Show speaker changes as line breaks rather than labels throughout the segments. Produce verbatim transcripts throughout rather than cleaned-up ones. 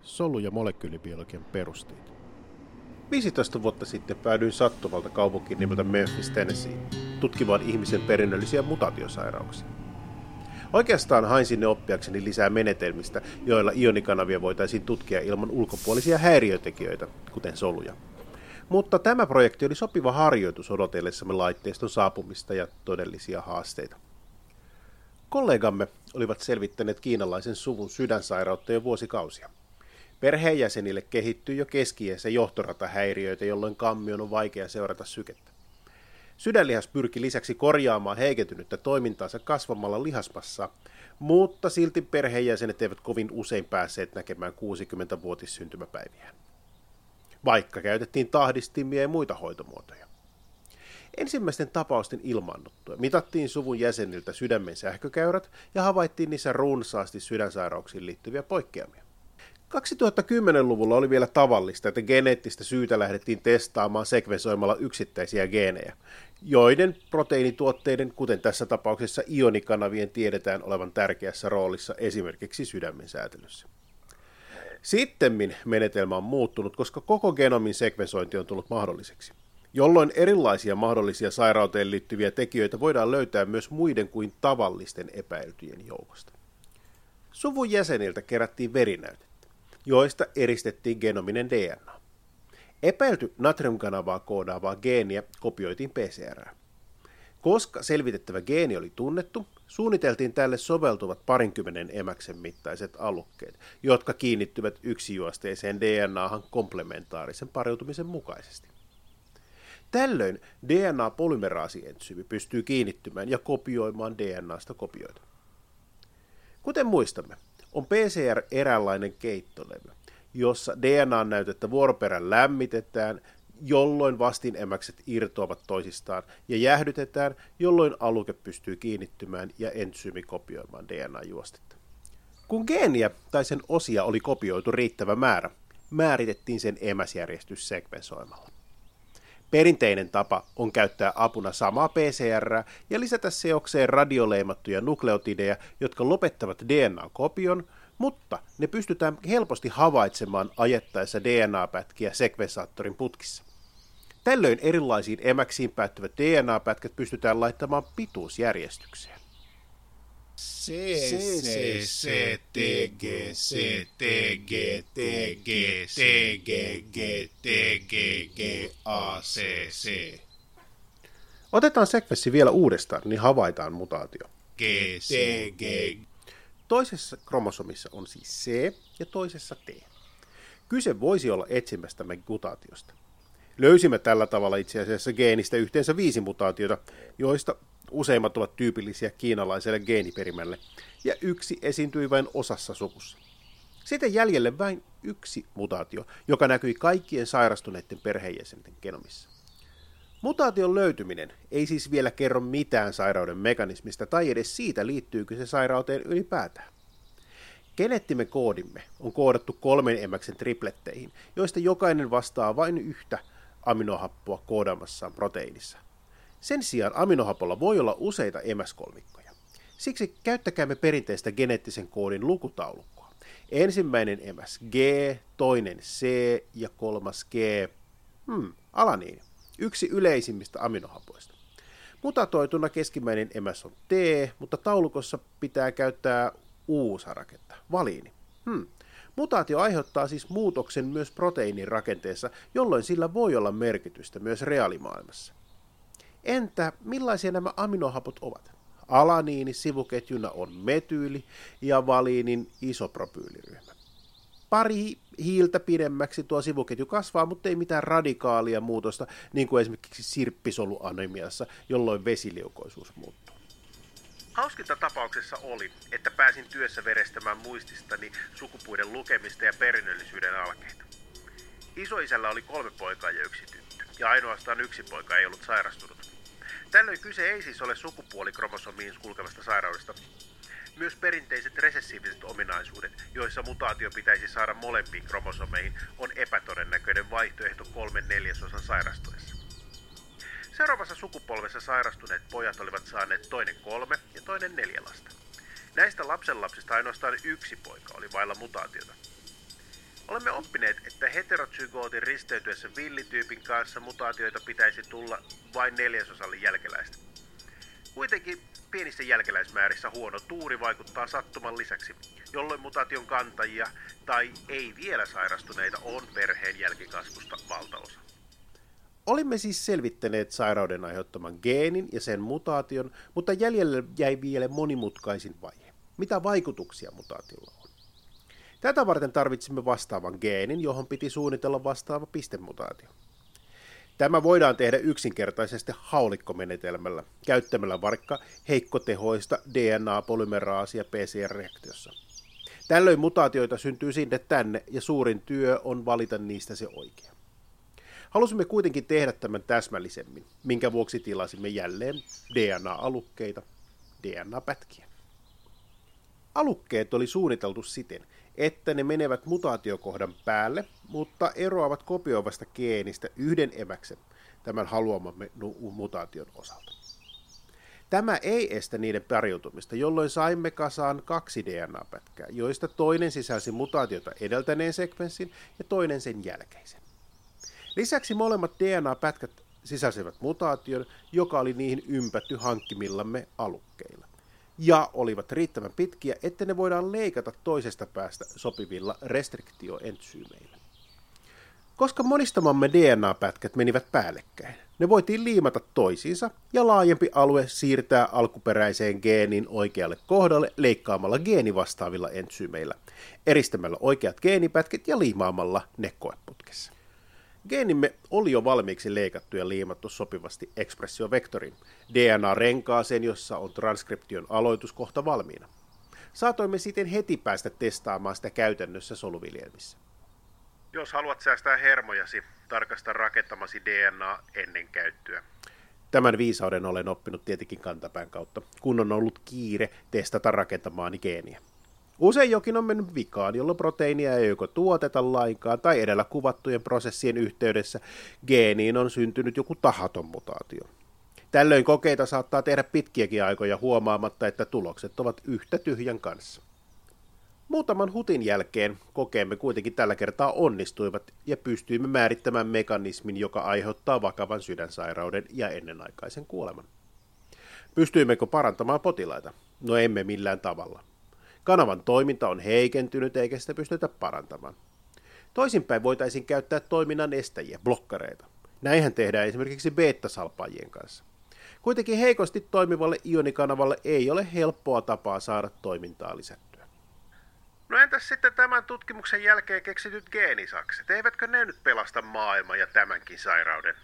Solu- ja molekyylibiologian perusteet. viisitoista vuotta sitten päädyin sattumalta kaupunkiin nimeltä Memphis, Tennessee, tutkimaan ihmisen perinnöllisiä mutaatiosairauksia. Oikeastaan hain sinne oppiakseni lisää menetelmistä, joilla ionikanavia voitaisiin tutkia ilman ulkopuolisia häiriötekijöitä, kuten soluja. Mutta tämä projekti oli sopiva harjoitus odotellessamme laitteiston saapumista ja todellisia haasteita. Kollegamme olivat selvittäneet kiinalaisen suvun sydänsairautta jo vuosikausia. Perheenjäsenille kehittyy jo keski-iässä johtoratahäiriöitä, jolloin kammion on vaikea seurata sykettä. Sydänlihas pyrki lisäksi korjaamaan heikentynyttä toimintaansa kasvamalla lihasmassaa, mutta silti perheenjäsenet eivät kovin usein päässeet näkemään kuusikymmentävuotissyntymäpäiviään. Vaikka käytettiin tahdistimia ja muita hoitomuotoja. Ensimmäisten tapausten ilmaannuttua mitattiin suvun jäseniltä sydämen sähkökäyrät ja havaittiin niissä runsaasti sydänsairauksiin liittyviä poikkeamia. kaksituhattakymmenluvulla oli vielä tavallista, että geneettistä syytä lähdettiin testaamaan sekvensoimalla yksittäisiä geenejä, joiden proteiinituotteiden, kuten tässä tapauksessa ionikanavien, tiedetään olevan tärkeässä roolissa esimerkiksi sydämen säätelyssä. Sittemmin menetelmä on muuttunut, koska koko genomin sekvensointi on tullut mahdolliseksi, jolloin erilaisia mahdollisia sairauteen liittyviä tekijöitä voidaan löytää myös muiden kuin tavallisten epäiltyjen joukosta. Suvun jäseniltä kerättiin verinäytettä, joista eristettiin genominen D N A. Epäilty natriumkanavaa koodaavaa geeniä kopioitiin P C R:ään. Koska selvitettävä geeni oli tunnettu, suunniteltiin tälle soveltuvat parinkymmenen emäksen mittaiset alukkeet, jotka kiinnittyvät yksijuosteiseen D N A:han komplementaarisen pariutumisen mukaisesti. Tällöin D N A-polymeraasientsyymi pystyy kiinnittymään ja kopioimaan D N A:sta kopioita. Kuten muistamme, on P C R eräänlainen keittolevy, jossa D N A-näytettä vuoroperän lämmitetään, jolloin vastinemäkset irtoavat toisistaan, ja jäähdytetään, jolloin aluke pystyy kiinnittymään ja entsyymi kopioimaan D N A-juostetta. Kun geeniä tai sen osia oli kopioitu riittävä määrä, määritettiin sen emäsjärjestys sekvensoimalla. Perinteinen tapa on käyttää apuna samaa P C R:ää ja lisätä seokseen radioleimattuja nukleotideja, jotka lopettavat D N A-kopion, mutta ne pystytään helposti havaitsemaan ajettaessa D N A-pätkiä sekvensaattorin putkissa. Tällöin erilaisiin emäksiin päättyvät D N A-pätkät pystytään laittamaan pituusjärjestykseen.
C, C, C, T, G, C, T, G, T, G, T, G, G, T, G, G, A, C, C.
Otetaan sekvenssi vielä uudestaan, niin havaitaan mutaatio.
G, C, G.
Toisessa kromosomissa on siis C ja toisessa T. Kyse voisi olla etsimästämme mutaatiosta. Löysimme tällä tavalla itse asiassa geenistä yhteensä viisi mutaatiota, joista useimmat ovat tyypillisiä kiinalaiselle geeniperimälle, ja yksi esiintyi vain osassa suvussa. Sitten jäljelle vain yksi mutaatio, joka näkyi kaikkien sairastuneiden perheenjäsenten genomissa. Mutaation löytyminen ei siis vielä kerro mitään sairauden mekanismista tai edes siitä, liittyykö se sairauteen ylipäätään. Geneettimme koodimme on koodattu kolmen emäksen tripletteihin, joista jokainen vastaa vain yhtä aminohappoa koodaamassaan proteiinissa. Sen sijaan aminohapolla voi olla useita emäskolmikkoja. Siksi käyttäkäämme perinteistä geneettisen koodin lukutaulukkoa. Ensimmäinen emäs G, toinen C ja kolmas G, hmm, alaniini, yksi yleisimmistä aminohapoista. Mutatoituna keskimmäinen emäs on T, mutta taulukossa pitää käyttää U-saraketta, valiini. Hmm. Mutaatio aiheuttaa siis muutoksen myös proteiinin rakenteessa, jolloin sillä voi olla merkitystä myös reaalimaailmassa. Entä millaisia nämä aminohapot ovat? Alaniini sivuketjuna on metyyli ja valiinin isopropyyliryhmä. Pari hiiltä pidemmäksi tuo sivuketju kasvaa, mutta ei mitään radikaalia muutosta, niin kuin esimerkiksi sirppisoluanemiassa, jolloin vesiliukoisuus muuttuu. Hauskinta tapauksessa oli, että pääsin työssä verestämään muististani sukupuiden lukemista ja perinnöllisyyden alkeita. Isoisällä oli kolme poikaa ja yksi tyttö, ja ainoastaan yksi poika ei ollut sairastunut. Tällöin kyse ei siis ole sukupuolikromosomiin kulkevasta sairaudesta. Myös perinteiset resessiiviset ominaisuudet, joissa mutaatio pitäisi saada molempiin kromosomeihin, on epätodennäköinen vaihtoehto kolmen neljäsosan sairastuessa. Seuraavassa sukupolvessa sairastuneet pojat olivat saaneet toinen kolme ja toinen neljä lasta. Näistä lapsenlapsista ainoastaan yksi poika oli vailla mutaatiota. Olemme oppineet, että heterozygootin risteytyessä villityypin kanssa mutaatioita pitäisi tulla vain neljäsosalle jälkeläistä. Kuitenkin pienissä jälkeläismäärissä huono tuuri vaikuttaa sattuman lisäksi, jolloin mutaation kantajia tai ei vielä sairastuneita on perheen jälkikasvusta valtaosa. Olimme siis selvittäneet sairauden aiheuttaman geenin ja sen mutaation, mutta jäljelle jäi vielä monimutkaisin vaihe. Mitä vaikutuksia mutaatiolla on? Tätä varten tarvitsimme vastaavan geenin, johon piti suunnitella vastaava pistemutaatio. Tämä voidaan tehdä yksinkertaisesti haulikkomenetelmällä, käyttämällä vaikka heikkotehoista D N A-polymeraasia P C R-reaktiossa. Tällöin mutaatioita syntyy sinne tänne ja suurin työ on valita niistä se oikea. Halusimme kuitenkin tehdä tämän täsmällisemmin, minkä vuoksi tilasimme jälleen D N A-alukkeita, D N A-pätkiä. Alukkeet oli suunniteltu siten, että ne menevät mutaatiokohdan päälle, mutta eroavat kopioivasta geenistä yhden eväksen tämän haluamamme mutaation osalta. Tämä ei estä niiden pariutumista, jolloin saimme kasaan kaksi D N A-pätkää, joista toinen sisälsi mutaatiota edeltäneen sekvenssin ja toinen sen jälkeisen. Lisäksi molemmat D N A-pätkät sisälsivät mutaation, joka oli niihin ympätty hankkimillamme alukkeilla, ja olivat riittävän pitkiä, että ne voidaan leikata toisesta päästä sopivilla restriktioentsyymeillä. Koska monistamamme D N A-pätkät menivät päällekkäin, ne voitiin liimata toisiinsa ja laajempi alue siirtää alkuperäiseen geeniin oikealle kohdalle leikkaamalla geenivastaavilla entsyymeillä, eristämällä oikeat geenipätkät ja liimaamalla ne koeputkessa. Geenimme oli jo valmiiksi leikattu ja liimattu sopivasti ekspressiovektoriin, D N A-renkaaseen, jossa on transkription aloituskohta valmiina. Saatoimme siten heti päästä testaamaan sitä käytännössä soluviljelmissä. Jos haluat säästää hermojasi, tarkasta rakentamasi D N A ennen käyttöä. Tämän viisauden olen oppinut tietenkin kantapään kautta, kun on ollut kiire testata rakentamaani geeniä. Usein jokin on mennyt vikaan, jolloin proteiinia ei joko tuoteta lainkaan tai edellä kuvattujen prosessien yhteydessä geeniin on syntynyt joku tahaton mutaatio. Tällöin kokeita saattaa tehdä pitkiäkin aikoja huomaamatta, että tulokset ovat yhtä tyhjän kanssa. Muutaman hutin jälkeen kokeemme kuitenkin tällä kertaa onnistuivat ja pystyimme määrittämään mekanismin, joka aiheuttaa vakavan sydänsairauden ja ennenaikaisen kuoleman. Pystyimmekö parantamaan potilaita? No emme millään tavalla. Kanavan toiminta on heikentynyt eikä sitä pystytä parantamaan. Toisinpäin voitaisiin käyttää toiminnan estäjiä, blokkareita. Näinhän tehdään esimerkiksi beta-salpaajien kanssa. Kuitenkin heikosti toimivalle ionikanavalle ei ole helppoa tapaa saada toimintaa lisättyä. No entäs sitten tämän tutkimuksen jälkeen keksityt geenisakset? Eivätkö ne nyt pelasta maailman ja tämänkin sairauden?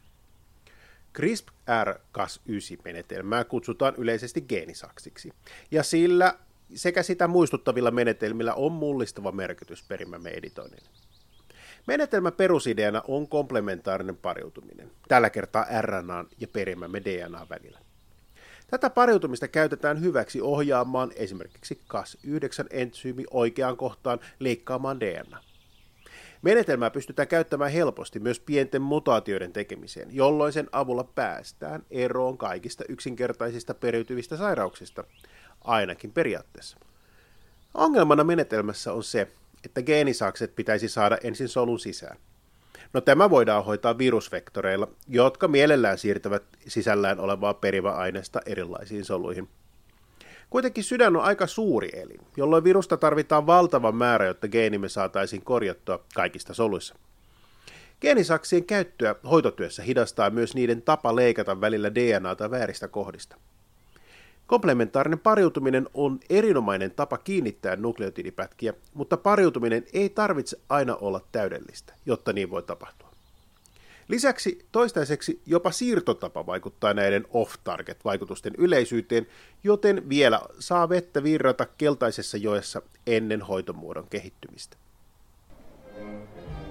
CRISPR Cas yhdeksän-menetelmää kutsutaan yleisesti geenisaksiksi, ja sillä sekä sitä muistuttavilla menetelmillä on mullistava merkitys perimämme editoinnille. Menetelmän perusideana on komplementaarinen pariutuminen, tällä kertaa R N A:n ja perimämme D N A välillä. Tätä pariutumista käytetään hyväksi ohjaamaan esimerkiksi Cas yhdeksän-entsyymi oikeaan kohtaan leikkaamaan D N A. Menetelmää pystytään käyttämään helposti myös pienten mutaatioiden tekemiseen, jolloin sen avulla päästään eroon kaikista yksinkertaisista periytyvistä sairauksista, ainakin periaatteessa. Ongelmana menetelmässä on se, että geenisakset pitäisi saada ensin solun sisään. No tämä voidaan hoitaa virusvektoreilla, jotka mielellään siirtävät sisällään olevaa perimäaineesta erilaisiin soluihin. Kuitenkin sydän on aika suuri elin, jolloin virusta tarvitaan valtava määrä, jotta geenimme saataisiin korjattua kaikista soluissa. Geenisaksien käyttöä hoitotyössä hidastaa myös niiden tapa leikata välillä D N A:ta vääristä kohdista. Komplementaarinen pariutuminen on erinomainen tapa kiinnittää nukleotidipätkiä, mutta pariutuminen ei tarvitse aina olla täydellistä, jotta niin voi tapahtua. Lisäksi toistaiseksi jopa siirtotapa vaikuttaa näiden off-target-vaikutusten yleisyyteen, joten vielä saa vettä virrata keltaisessa joessa ennen hoitomuodon kehittymistä.